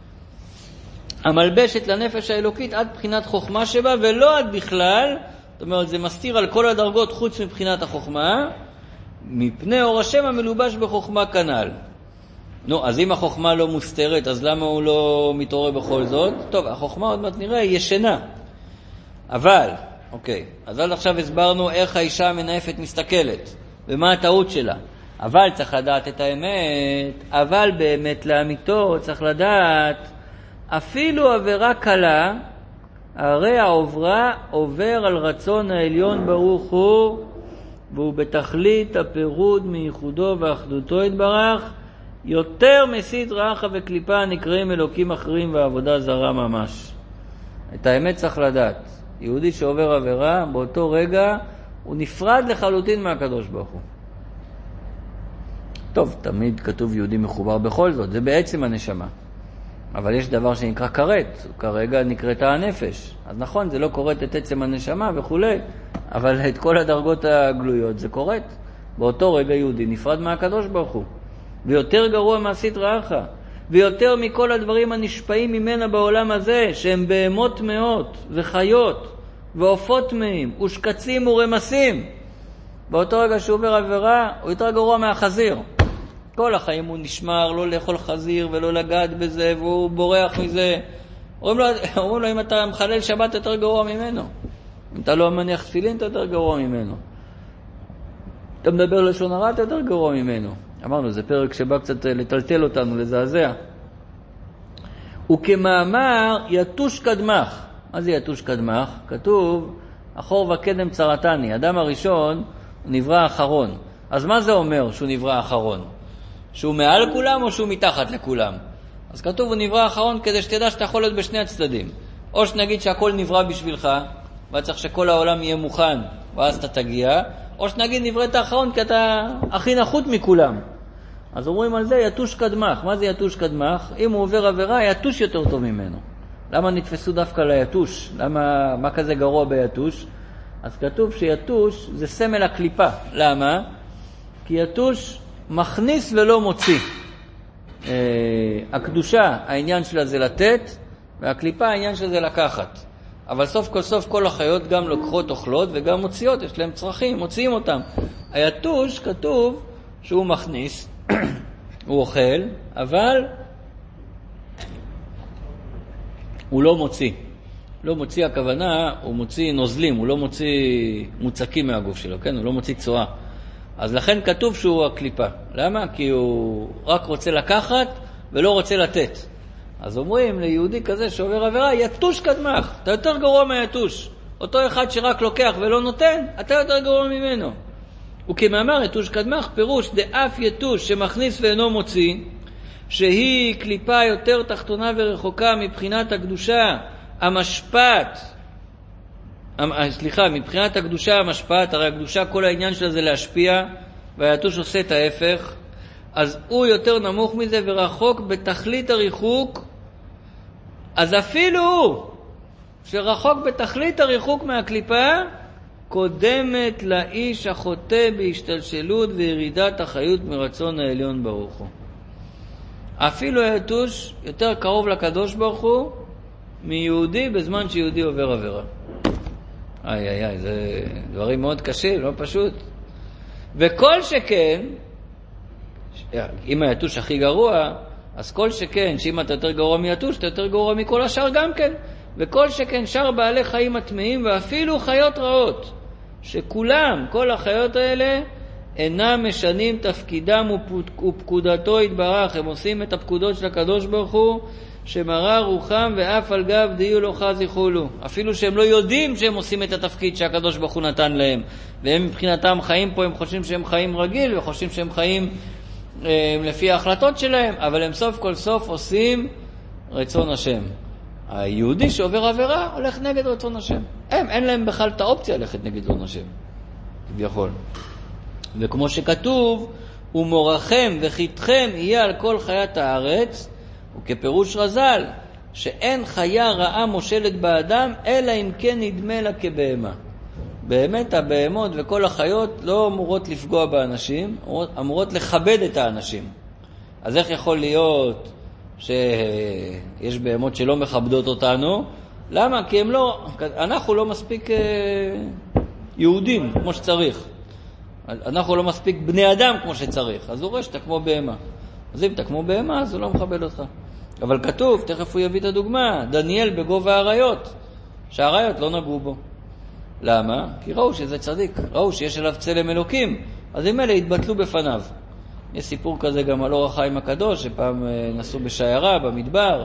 המלבשת לנפש האלוקית עד בחינת חוכמה שבה, ולא עד בכלל, זאת אומרת, זה מסתיר על כל הדרגות חוץ מבחינת החוכמה, מפני אור השם המלובש בחוכמה כנל. נו, אז אם החוכמה לא מוסתרת, אז למה הוא לא מתעורר בכל זאת? טוב, החוכמה עוד מעט נראה, היא ישנה. אבל, אוקיי, אז עד עכשיו הסברנו איך האישה המנאפת מסתכלת, ומה הטעות שלה. אבל צריך לדעת את האמת, אבל באמת לאמיתו צריך לדעת, אפילו עבירה קלה, הרי העוברה עובר על רצון העליון ברוך הוא, והוא בתכלית הפירוד מייחודו ואחדותו יתברך, יותר מסית רעך וקליפה נקראים אלוקים אחרים ועבודה זרה ממש. את האמת צריך לדעת. יהודי שעובר עבירה, באותו רגע הוא נפרד לחלוטין מהקדוש ברוך הוא. טוב, תמיד כתוב יהודי מחובר בכל זאת, זה בעצם הנשמה. אבל יש דבר שנקרא כרת, כרגע נקראתה הנפש. אז נכון, זה לא קוראת את עצם הנשמה וכו', אבל את כל הדרגות הגלויות זה קוראת. באותו רגע יהודי נפרד מהקדוש ברוך הוא. ויותר גרוע מעשית רעך, ויותר מכל הדברים הנשפעים ממנה בעולם הזה, שהם בהמות מאות וחיות ועופות מהם ושקצים ורמסים. באותו רגע שהוא עובר עבירה, הוא יותר גרוע מהחזיר. כל החיים הוא נשמר, לא לאכול חזיר ולא לגעת בזה, והוא בורח מזה. אומרים לו, אומרים לו, אם אתה מחלל שבת יותר גרוע ממנו. אם אתה לא מניח תפילין, אתה יותר גרוע ממנו. אתה מדבר לשון הרע, אתה יותר גרוע ממנו. אמרנו, זה פרק שבא קצת לטלטל אותנו, לזעזע. וכמאמר יתוש קדמך. מה זה יתוש קדמך? כתוב, אחור וקדם צרתני. אדם הראשון הוא נברא האחרון. אז מה זה אומר שהוא נברא האחרון? שהוא מעל כולם או שהוא מתחת לכולם? אז כתוב הוא נברא האחרון כדי שתדע שאתה יכול להיות בשני הצדדים. או שנגיד שהכל נברא בשבילך, וצריך שכל העולם יהיה מוכן, ואז אתה תגיע, או שנגיד נבראת האחרון כי אתה הכי נחות מכולם. אז אומרים על זה יתוש קדמך. מה זה יתוש קדמך? אם הוא עובר עבירה, יתוש יותר טוב ממנו. למה נתפסו דווקא ליתוש? למה, מה כזה גרוע ביתוש? אז כתוב שיתוש זה סמל הקליפה. למה? כי יתוש מכניס ולא מוציא. אה, הקדושה, העניין שלה זה לתת, והקליפה העניין שלה זה לקחת. אבל סוף כל סוף כל החיות גם לוקחות אוכלות וגם מוציאות, יש להם צרכים, מוציאים אותם. היתוש כתוב שהוא מכניס, הוא אוכל, אבל הוא לא מוציא. לא מוציא הכוונה, הוא מוציא נוזלים, הוא לא מוציא מוצקים מהגוף שלו, כן? הוא לא מוציא צואה. אז לכן כתוב שהוא הקליפה. למה? כי הוא רק רוצה לקחת ולא רוצה לתת. אז אומרים ליהודי כזה שעובר עבירה, יתוש קדמך, אתה יותר גרוע מהיתוש. אותו אחד שרק לוקח ולא נותן, אתה יותר גרוע ממנו. וכמאמר יתוש קדמך, פירוש דאף יתוש שמכניס ואינו מוציא, שהיא קליפה יותר תחתונה ורחוקה מבחינת הקדושה המשפט, סליחה, מבחינת הקדושה המשפט, הרי הקדושה כל העניין שלה זה להשפיע, והיתוש עושה את ההפך, אז הוא יותר נמוך מזה ורחוק בתכלית הריחוק. אז אפילו הוא שרחוק בתכלית הריחוק מהקליפה, קודמת לאיש החוטא בהשתלשלות וירידת החיות מרצון העליון ברוך הוא. אפילו היתוש יותר קרוב לקדוש ברוך הוא מיהודי בזמן שיהודי עובר עבירה. איי איי איי, זה דברים מאוד קשים, לא פשוט. וכל שכן, אם היתוש הכי גרוע, אז כל שכן, שאם אתה יותר גרוע מיתוש, אתה יותר גרוע מכל השאר גם כן. וכל שכן שאר בעלי חיים הטמאים, ואפילו חיות רעות, שכולם, כל החיות האלה, אינם משנים תפקידם ופקודתו יתברך. הם עושים את הפקודות של הקדוש ברוך הוא, שמראה רוחם ואף על גב דיו לא חז יחולו. אפילו שהם לא יודעים שהם עושים את התפקיד שהקדוש ברוך הוא נתן להם. והם מבחינתם חיים פה, הם חושבים שהם חיים רגיל, וחושבים שהם חיים אה, לפי ההחלטות שלהם, אבל הם סוף כל סוף עושים רצון השם. היהודי שעובר עבירה הולך נגד רצון השם. הם, אין להם בכלל את האופציה ללכת נגד רצון השם. כביכול. וכמו שכתוב, ומורכם וחיתכם יהיה על כל חיית הארץ, וכפירוש רז"ל, שאין חיה רעה מושלת באדם, אלא אם כן נדמה לה כבהמה. באמת הבהמות וכל החיות לא אמורות לפגוע באנשים, אמורות לכבד את האנשים. אז איך יכול להיות שיש בהמות שלא מכבדות אותנו? למה? כי הם לא, אנחנו לא מספיק יהודים כמו שצריך. אנחנו לא מספיק בני אדם כמו שצריך. אז הוא רואה שאתה כמו בהמה. אז אם אתה כמו בהמה, אז הוא לא מכבד אותך. אבל כתוב, תכף הוא יביא את הדוגמה, דניאל בגובה האריות, שהאריות לא נגעו בו. למה? כי ראו שזה צדיק, ראו שיש אליו צלם אלוקים, אז הם אלה התבטלו בפניו. יש סיפור כזה גם על אור החיים הקדוש, שפעם נסעו בשיירה במדבר,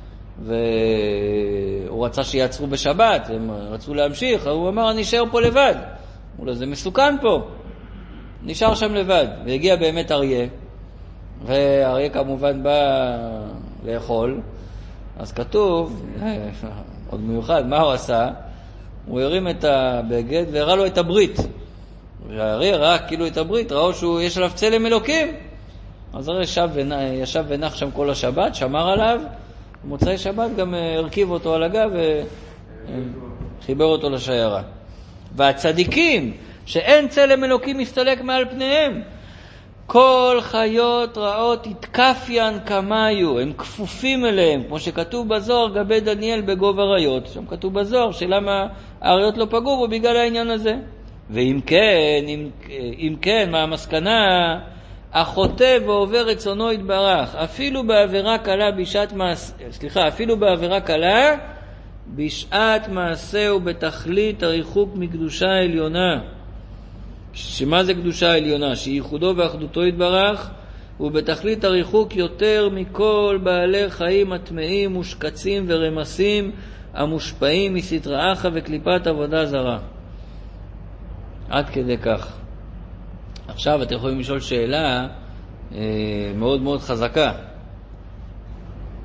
והוא רצה שיעצרו בשבת, הם רצו להמשיך, הוא אמר, אני אשאר פה לבד. אמרו לו, זה מסוכן פה. נשאר שם לבד, והגיע באמת אריה, והאריה כמובן בא לאכול. אז כתוב, עוד מיוחד, מה הוא עשה? הוא הרים את הבגד והראה לו את הברית. והאריה ראה כאילו את הברית, ראו שיש עליו צלם אלוקים. אז הרי ישב ונח, ישב ונח שם כל השבת, שמר עליו, ומוצאי שבת גם הרכיב אותו על הגב וחיבר אותו לשיירה. והצדיקים, שאין צלם אלוקים מסתלק מעל פניהם, כל חיות רעות התקפיין כמיו, הם כפופים אליהם, כמו שכתוב בזוהר גבי דניאל בגובה אריות. שם כתוב בזוהר שלמה האריות לא פגעו בו בגלל העניין הזה. ואם כן, אם, אם כן, מה המסקנה? החוטא ועובר רצונו יתברך, אפילו בעבירה קלה בשעת מעשה, סליחה, אפילו בעבירה קלה בשעת מעשה ובתכלית הריחוק מקדושה העליונה. שמה זה קדושה העליונה? שייחודו ואחדותו יתברך, ובתכלית הריחוק יותר מכל בעלי חיים הטמאים ושקצים ורמסים המושפעים מסטרא אחרא וקליפת עבודה זרה. עד כדי כך. עכשיו אתם יכולים לשאול שאלה אה, מאוד מאוד חזקה.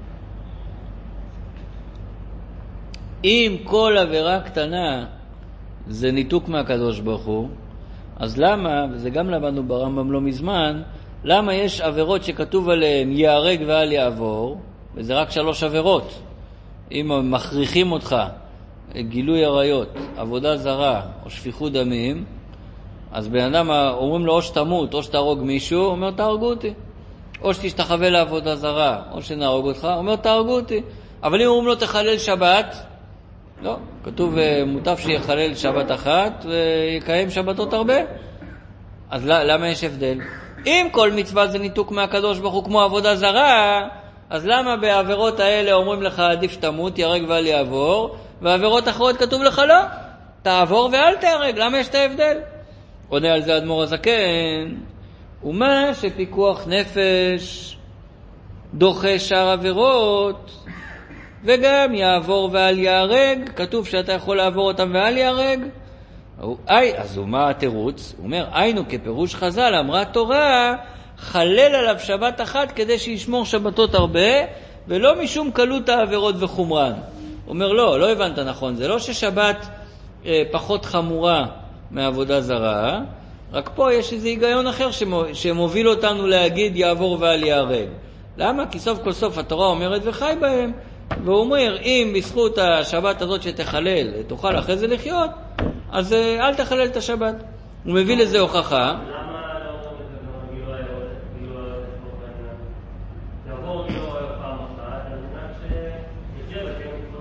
אם כל עבירה קטנה זה ניתוק מהקדוש ברוך הוא, אז למה, וזה גם למדנו ברמב"ם לא מזמן, למה יש עבירות שכתוב עליהן יהרג ואל יעבור, וזה רק שלוש עבירות. אם מכריחים אותך, גילוי עריות, עבודה זרה או שפיכות דמים, אז בן אדם אומרים לו או שתמות או שתהרוג מישהו, אומר תהרגו אותי. או שתשתחווה לעבודה זרה או שנהרוג אותך, אומר תהרגו אותי. אבל אם אומרים לו תחלל שבת, לא, כתוב מוטב שיחלל שבת אחת ויקיים שבתות הרבה. אז למה יש הבדל? אם כל מצווה זה ניתוק מהקדוש ברוך הוא כמו עבודה זרה, אז למה בעבירות האלה אומרים לך עדיף תמות, יהרג ואל יעבור, ועבירות אחרות כתוב לך לא, תעבור ואל תהרג? למה יש את ההבדל? עונה על זה אדמו"ר הזקן, ומה שפיקוח נפש דוחה שאר עבירות וגם יעבור ואל יהרג, כתוב שאתה יכול לעבור אותם ואל יהרג. אז הוא מה התירוץ? הוא אומר, היינו כפירוש חז"ל, אמרה תורה, חלל עליו שבת אחת כדי שישמור שבתות הרבה, ולא משום קלות העבירות וחומרן. הוא אומר, לא, לא הבנת נכון, זה לא ששבת אה, פחות חמורה מעבודה זרה, רק פה יש איזה היגיון אחר שמוביל אותנו להגיד יעבור ואל יהרג. למה? כי סוף כל סוף התורה אומרת וחי בהם, והוא אומר, אם בזכות השבת הזאת שתחלל, תוכל אחרי זה לחיות, אז אל תחלל את השבת. הוא מביא לזה הוכחה. למה לא אומרים את זה גם גילוי העיות, גילוי העיות לצורך העניין? תעבור גילוי העיות פעם אחת, על מנת שיחיה לקיים מצוות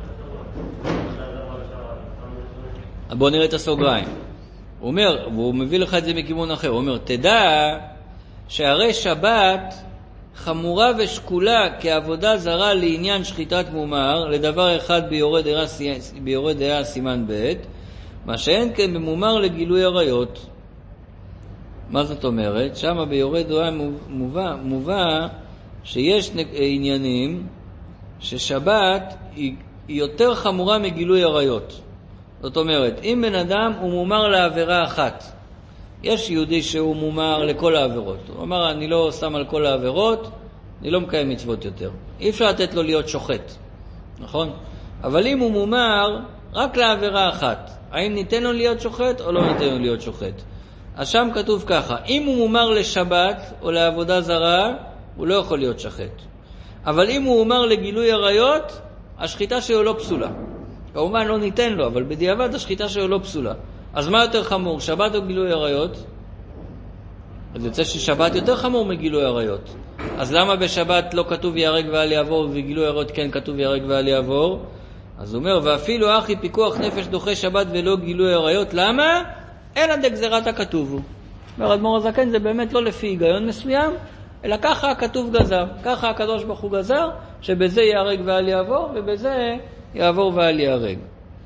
אחרות. בואו נראה את הסוגריים. הוא אומר, והוא מביא לך את זה מכיוון אחר, הוא אומר, תדע שהרי שבת חמורה ושקולה כעבודה זרה לעניין שחיטת מומר, לדבר אחד ביורד דעה סימן ב', מה שאין כן במומר לגילוי עריות. מה זאת אומרת? שם ביורד דעה מובא, מובא שיש עניינים ששבת היא יותר חמורה מגילוי עריות. זאת אומרת, אם בן אדם הוא מומר לעבירה אחת, יש יהודי שהוא מומר לכל העבירות. הוא אמר, אני לא שם על כל העבירות, אני לא מקיים מצוות יותר. אי אפשר לתת לו להיות שוחט, נכון? אבל אם הוא מומר רק לעבירה אחת, האם ניתן לו להיות שוחט או לא ניתן לו להיות שוחט? אז שם כתוב ככה, אם הוא מומר לשבת או לעבודה זרה, הוא לא יכול להיות שוחט. אבל אם הוא מומר לגילוי עריות, השחיטה שלו לא פסולה. כמובן לא ניתן לו, אבל בדיעבד השחיטה שלו לא פסולה. אז מה יותר חמור, שבת או גילוי עריות? אז יוצא ששבת יותר חמור מגילוי עריות. אז למה בשבת לא כתוב יהרג ואל יעבור, וגילוי עריות כן כתוב יהרג ואל יעבור? אז הוא אומר, ואפילו אחי פיקוח נפש דוחה שבת ולא גילוי עריות, למה? אלא דגזירת הכתוב הוא. אומר אדמו"ר הזקן, זה באמת לא לפי היגיון מסוים, אלא ככה הכתוב גזר, ככה הקדוש ברוך הוא גזר, שבזה יהרג ואל יעבור, ובזה יעבור ואל יהרג.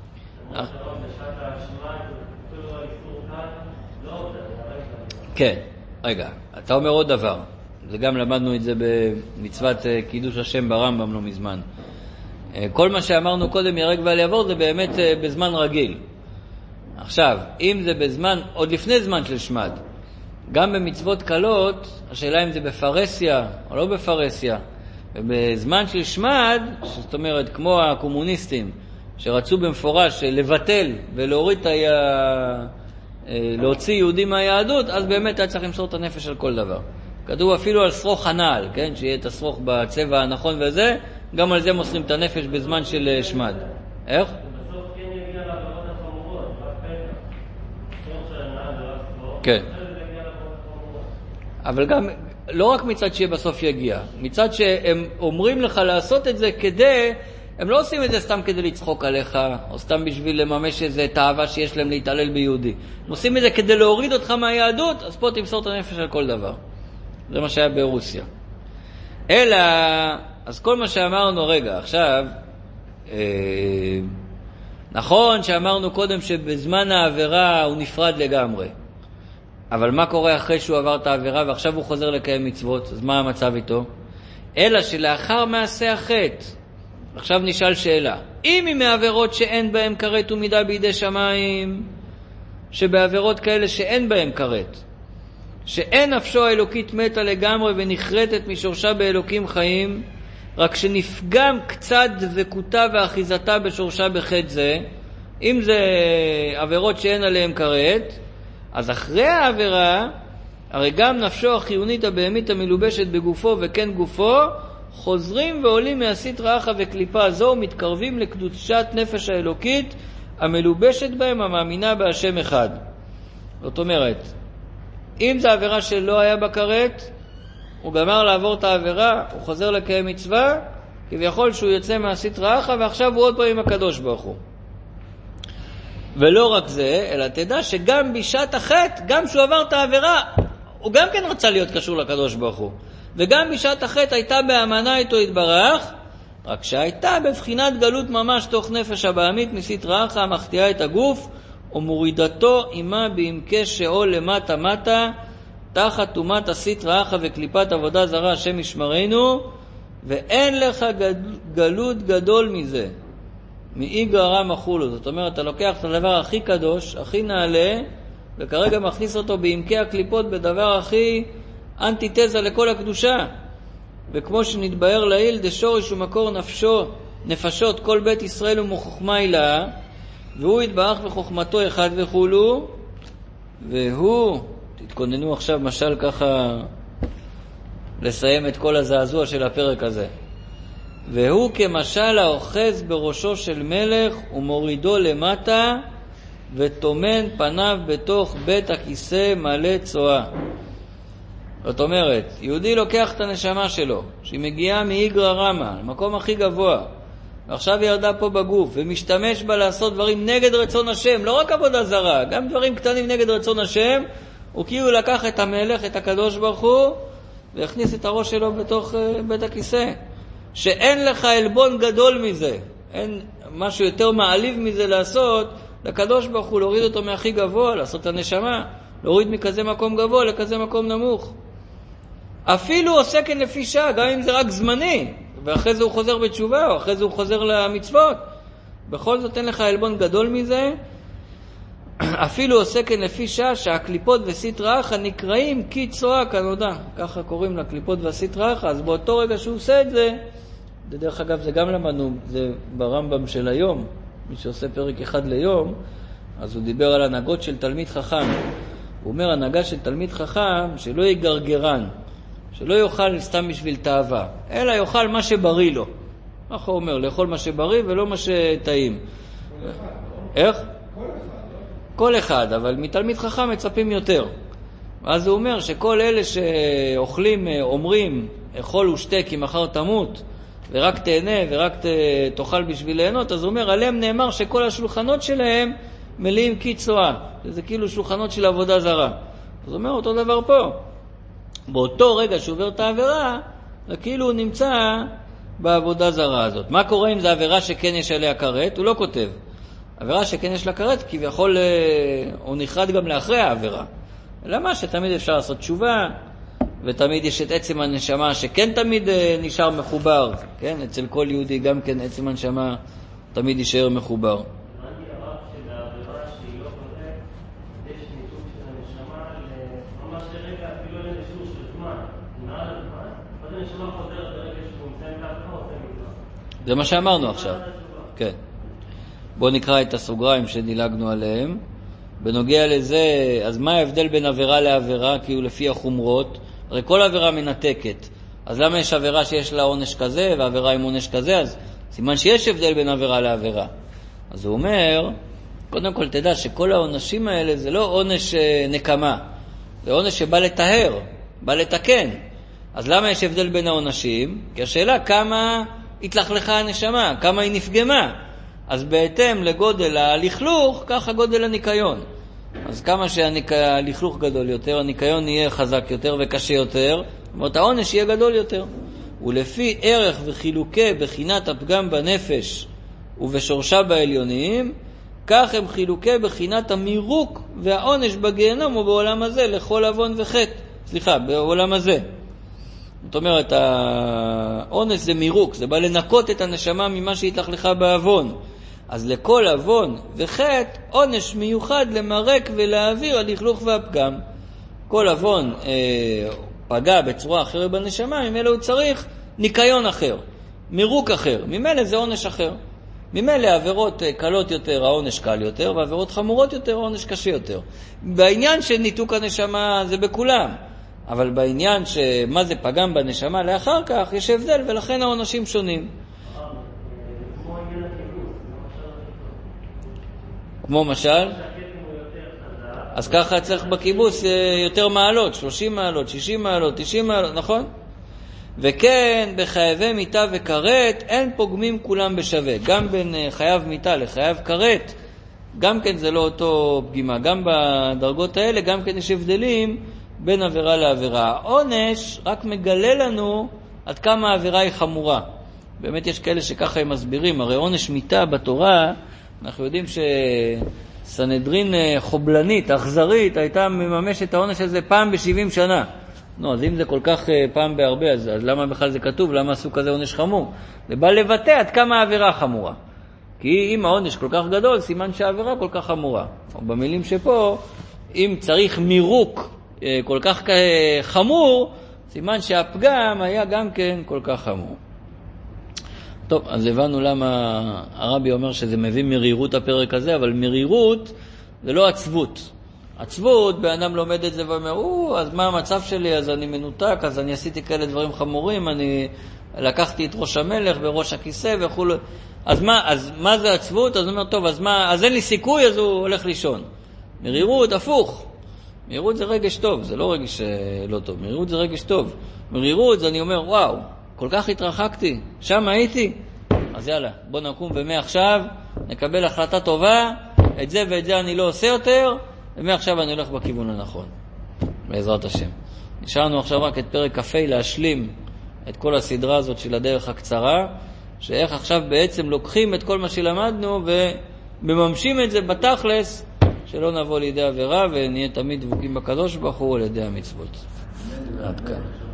כן, רגע, אתה אומר עוד דבר, זה גם למדנו את זה במצוות קידוש השם ברמב"ם לא מזמן. כל מה שאמרנו קודם יהרג ואל יעבור זה באמת בזמן רגיל. עכשיו, אם זה בזמן, עוד לפני זמן של שמד, גם במצוות קלות, השאלה אם זה בפרסיה או לא בפרסיה, ובזמן של שמד, זאת אומרת כמו הקומוניסטים שרצו במפורש לבטל ולהוריד את ה... להוציא יהודים מהיהדות, אז באמת היה צריך למסור את הנפש על כל דבר. כתוב אפילו על שרוך הנעל, כן? שיהיה את השרוך בצבע הנכון וזה, גם על זה מוסרים את הנפש בזמן של שמד. איך? בסוף כן יגיע לעבירות החמורות, רק פתע. שרוך של הנעל זה רק שרוך, כן. אחרי זה יגיע לעבירות החמורות. אבל גם, לא רק מצד שבסוף יגיע, מצד שהם אומרים לך לעשות את זה כדי, הם לא עושים את זה סתם כדי לצחוק עליך, או סתם בשביל לממש איזו תאווה שיש להם להתעלל ביהודי. הם עושים את זה כדי להוריד אותך מהיהדות, אז פה תמסור את הנפש על כל דבר. זה מה שהיה ברוסיה. אלא, אז כל מה שאמרנו, רגע, עכשיו, אה, נכון שאמרנו קודם שבזמן העבירה הוא נפרד לגמרי. אבל מה קורה אחרי שהוא עבר את העבירה ועכשיו הוא חוזר לקיים מצוות? אז מה המצב איתו? אלא שלאחר מעשה החטא, עכשיו נשאל שאלה, אם היא מעבירות שאין בהם כרת ומידה בידי שמיים, שבעבירות כאלה שאין בהם כרת, שאין נפשו האלוקית מתה לגמרי ונחרטת משורשה באלוקים חיים, רק שנפגם קצת דבקותה ואחיזתה בשורשה בחטא זה, אם זה עבירות שאין עליהן כרת, אז אחרי העבירה, הרי גם נפשו החיונית הבהמית המלובשת בגופו וכן גופו, חוזרים ועולים מהסטרא אחרא וקליפה זו, ומתקרבים לקדושת נפש האלוקית המלובשת בהם, המאמינה בהשם אחד. זאת אומרת, אם זה עבירה שלא היה בכרת, הוא גמר לעבור את העבירה, הוא חוזר לקיים מצווה, כביכול שהוא יוצא מהסטרא אחרא, ועכשיו הוא עוד פעם עם הקדוש ברוך הוא. ולא רק זה, אלא תדע שגם בשעת החטא, גם שהוא עבר את העבירה, הוא גם כן רצה להיות קשור לקדוש ברוך הוא. וגם בשעת החטא הייתה באמנה איתו התברך, רק שהייתה בבחינת גלות ממש תוך נפש הבהמית מסטרא אחרא המחטיאה את הגוף, ומורידתו עמה בעמקי שאול למטה מטה, תחת טומאת הסטרא אחרא וקליפת עבודה זרה, השם ישמרנו, ואין לך גלות גדול מזה. מאיגרא רמא חולו. זאת אומרת, אתה לוקח את הדבר הכי קדוש, הכי נעלה, וכרגע מכניס אותו בעמקי הקליפות בדבר הכי אנטיתזה לכל הקדושה. וכמו שנתבהר לעיל, דשורש ומקור נפשו, נפשות כל בית ישראל ומחוכמה הילה, והוא יתברך בחוכמתו אחד וכולו, והוא, תתכוננו עכשיו משל ככה לסיים את כל הזעזוע של הפרק הזה, והוא כמשל האוחז בראשו של מלך ומורידו למטה וטומן פניו בתוך בית הכיסא מלא צואה. זאת אומרת, יהודי לוקח את הנשמה שלו, שהיא מגיעה מאיגרא רמא, למקום הכי גבוה, ועכשיו היא ירדה פה בגוף, ומשתמש בה לעשות דברים נגד רצון השם, לא רק עבודה זרה, גם דברים קטנים נגד רצון השם. הוא כאילו לקח את המלך, את הקדוש ברוך הוא, והכניס את הראש שלו בתוך uh, בית הכיסא. שאין לך אלבון גדול מזה, אין משהו יותר מעליב מזה לעשות לקדוש ברוך הוא, להוריד אותו מהכי גבוה, לעשות את הנשמה, להוריד מכזה מקום גבוה לכזה מקום נמוך. אפילו עושה כן לפי שעה, גם אם זה רק זמני, ואחרי זה הוא חוזר בתשובה, או אחרי זה הוא חוזר למצוות, בכל זאת אין לך אלבון גדול מזה. אפילו עושה כן לפי שעה, שהקליפות וסטרא אחרא נקראים כי צואה כנודע, ככה קוראים לקליפות והסטרא אחרא. אז באותו רגע שהוא עושה את זה, דרך אגב זה גם למדנו, זה ברמב"ם של היום, מי שעושה פרק אחד ליום, אז הוא דיבר על הנהגות של תלמיד חכם. הוא אומר, הנהגה של תלמיד חכם שלא יגרגרן, שלא יאכל סתם בשביל תאווה, אלא יאכל מה שבריא לו. ככה הוא אומר, לאכול מה שבריא ולא מה שטעים. איך? כל אחד, אבל מתלמיד חכם מצפים יותר. אז הוא אומר שכל אלה שאוכלים, אומרים, אכול ושתה כי מחר תמות, ורק תהנה ורק תאכל בשביל ליהנות, אז הוא אומר, עליהם נאמר שכל השולחנות שלהם מלאים כי צואה. זה כאילו שולחנות של עבודה זרה. אז הוא אומר אותו דבר פה. באותו רגע שעובר את העבירה, כאילו הוא נמצא בעבודה זרה הזאת. מה קורה אם זה עבירה שכן יש עליה כרת? הוא לא כותב. עבירה שכן יש לה כרת, כביכול הוא נחרד גם לאחרי העבירה. למה? שתמיד אפשר לעשות תשובה, ותמיד יש את עצם הנשמה שכן תמיד נשאר מחובר. כן? אצל כל יהודי גם כן עצם הנשמה תמיד יישאר מחובר. הבנתי הרב שבעבירה שהיא לא כרת, יש ניתוק של הנשמה ממש לרגע, אפילו אין איזשהו של זמן. נראה לזמן, אז הנשמה חוזרת ברגע שהוא מסיים את העבירה, עושה מצווה. זה מה שאמרנו עכשיו. כן. בואו נקרא את הסוגריים שדילגנו עליהם. בנוגע לזה, אז מה ההבדל בין עבירה לעבירה? כי הוא לפי החומרות. הרי כל עבירה מנתקת. אז למה יש עבירה שיש לה עונש כזה ועבירה עם עונש כזה? אז סימן שיש הבדל בין עבירה לעבירה. אז הוא אומר, קודם כל תדע שכל העונשים האלה זה לא עונש נקמה. זה עונש שבא לטהר, בא לתקן. אז למה יש הבדל בין העונשים? כי השאלה כמה התלכלכה הנשמה, כמה היא נפגמה. אז בהתאם לגודל הלכלוך, ככה גודל הניקיון. אז כמה שהלכלוך גדול יותר, הניקיון יהיה חזק יותר וקשה יותר, זאת אומרת העונש יהיה גדול יותר. ולפי ערך וחילוקי בחינת הפגם בנפש ובשורשה בעליונים, כך הם חילוקי בחינת המירוק והעונש בגיהנום ובעולם הזה לכל עוון וחטא. סליחה, בעולם הזה. זאת אומרת, העונש זה מירוק, זה בא לנקות את הנשמה ממה שהתלכלכה בעוון. אז לכל עוון וחטא, עונש מיוחד למרק ולהעביר הלכלוך והפגם. כל עוון אה, פגע בצורה אחרת בנשמה, ממילא הוא צריך ניקיון אחר. מירוק אחר. ממילא זה עונש אחר. ממילא עבירות קלות יותר, העונש קל יותר, ועבירות חמורות יותר, העונש קשה יותר. בעניין של ניתוק הנשמה זה בכולם. אבל בעניין שמה זה פגם בנשמה לאחר כך, יש הבדל, ולכן העונשים שונים. כמו משל? אז ככה צריך בכיבוס יותר מעלות, שלושים מעלות, שישים מעלות, תשעים מעלות, נכון? וכן, בחייבי מיטה וכרת, אין פוגמים כולם בשווה. גם בין חייב מיטה לחייב כרת, גם כן זה לא אותו פגימה. גם בדרגות האלה, גם כן יש הבדלים בין עבירה לעבירה. העונש רק מגלה לנו עד כמה העבירה היא חמורה. באמת יש כאלה שככה הם מסבירים. הרי עונש מיטה בתורה, אנחנו יודעים שסנהדרין חובלנית, אכזרית, הייתה מממש את העונש הזה פעם ב-שבעים שנה. נו, אז אם זה כל כך פעם בהרבה, אז, אז למה בכלל זה כתוב? למה עשו כזה עונש חמור? זה בא לבטא עד כמה העבירה חמורה. כי אם העונש כל כך גדול, סימן שהעבירה כל כך חמורה. או במילים שפה, אם צריך מירוק כל כך חמור, סימן שהפגם היה גם כן כל כך חמור. טוב, אז הבנו למה הרבי אומר שזה מביא מרירות הפרק הזה, אבל מרירות זה לא עצבות. עצבות, באדם לומד את זה ואומר, או, אז מה המצב שלי? אז אני מנותק, אז אני עשיתי כאלה דברים חמורים, אני לקחתי את ראש המלך בראש הכיסא וכו'. אז מה, אז מה זה עצבות? אז הוא אומר, טוב, אז מה, אז אין לי סיכוי, אז הוא הולך לישון. מרירות, הפוך. מרירות זה רגש טוב, זה לא רגש לא טוב. מרירות זה רגש טוב. מרירות זה אני אומר, וואו, כל כך התרחקתי, שם הייתי. אז יאללה, בוא נקום ומעכשיו נקבל החלטה טובה, את זה ואת זה אני לא עושה יותר, ומעכשיו אני הולך בכיוון הנכון, בעזרת השם. נשארנו עכשיו רק את פרק כ"ה להשלים את כל הסדרה הזאת של הדרך הקצרה, שאיך עכשיו בעצם לוקחים את כל מה שלמדנו ומממשים את זה בתכלס, שלא נבוא לידי עבירה ונהיה תמיד דבוקים בקדוש ברוך הוא על ידי המצוות. עד כאן.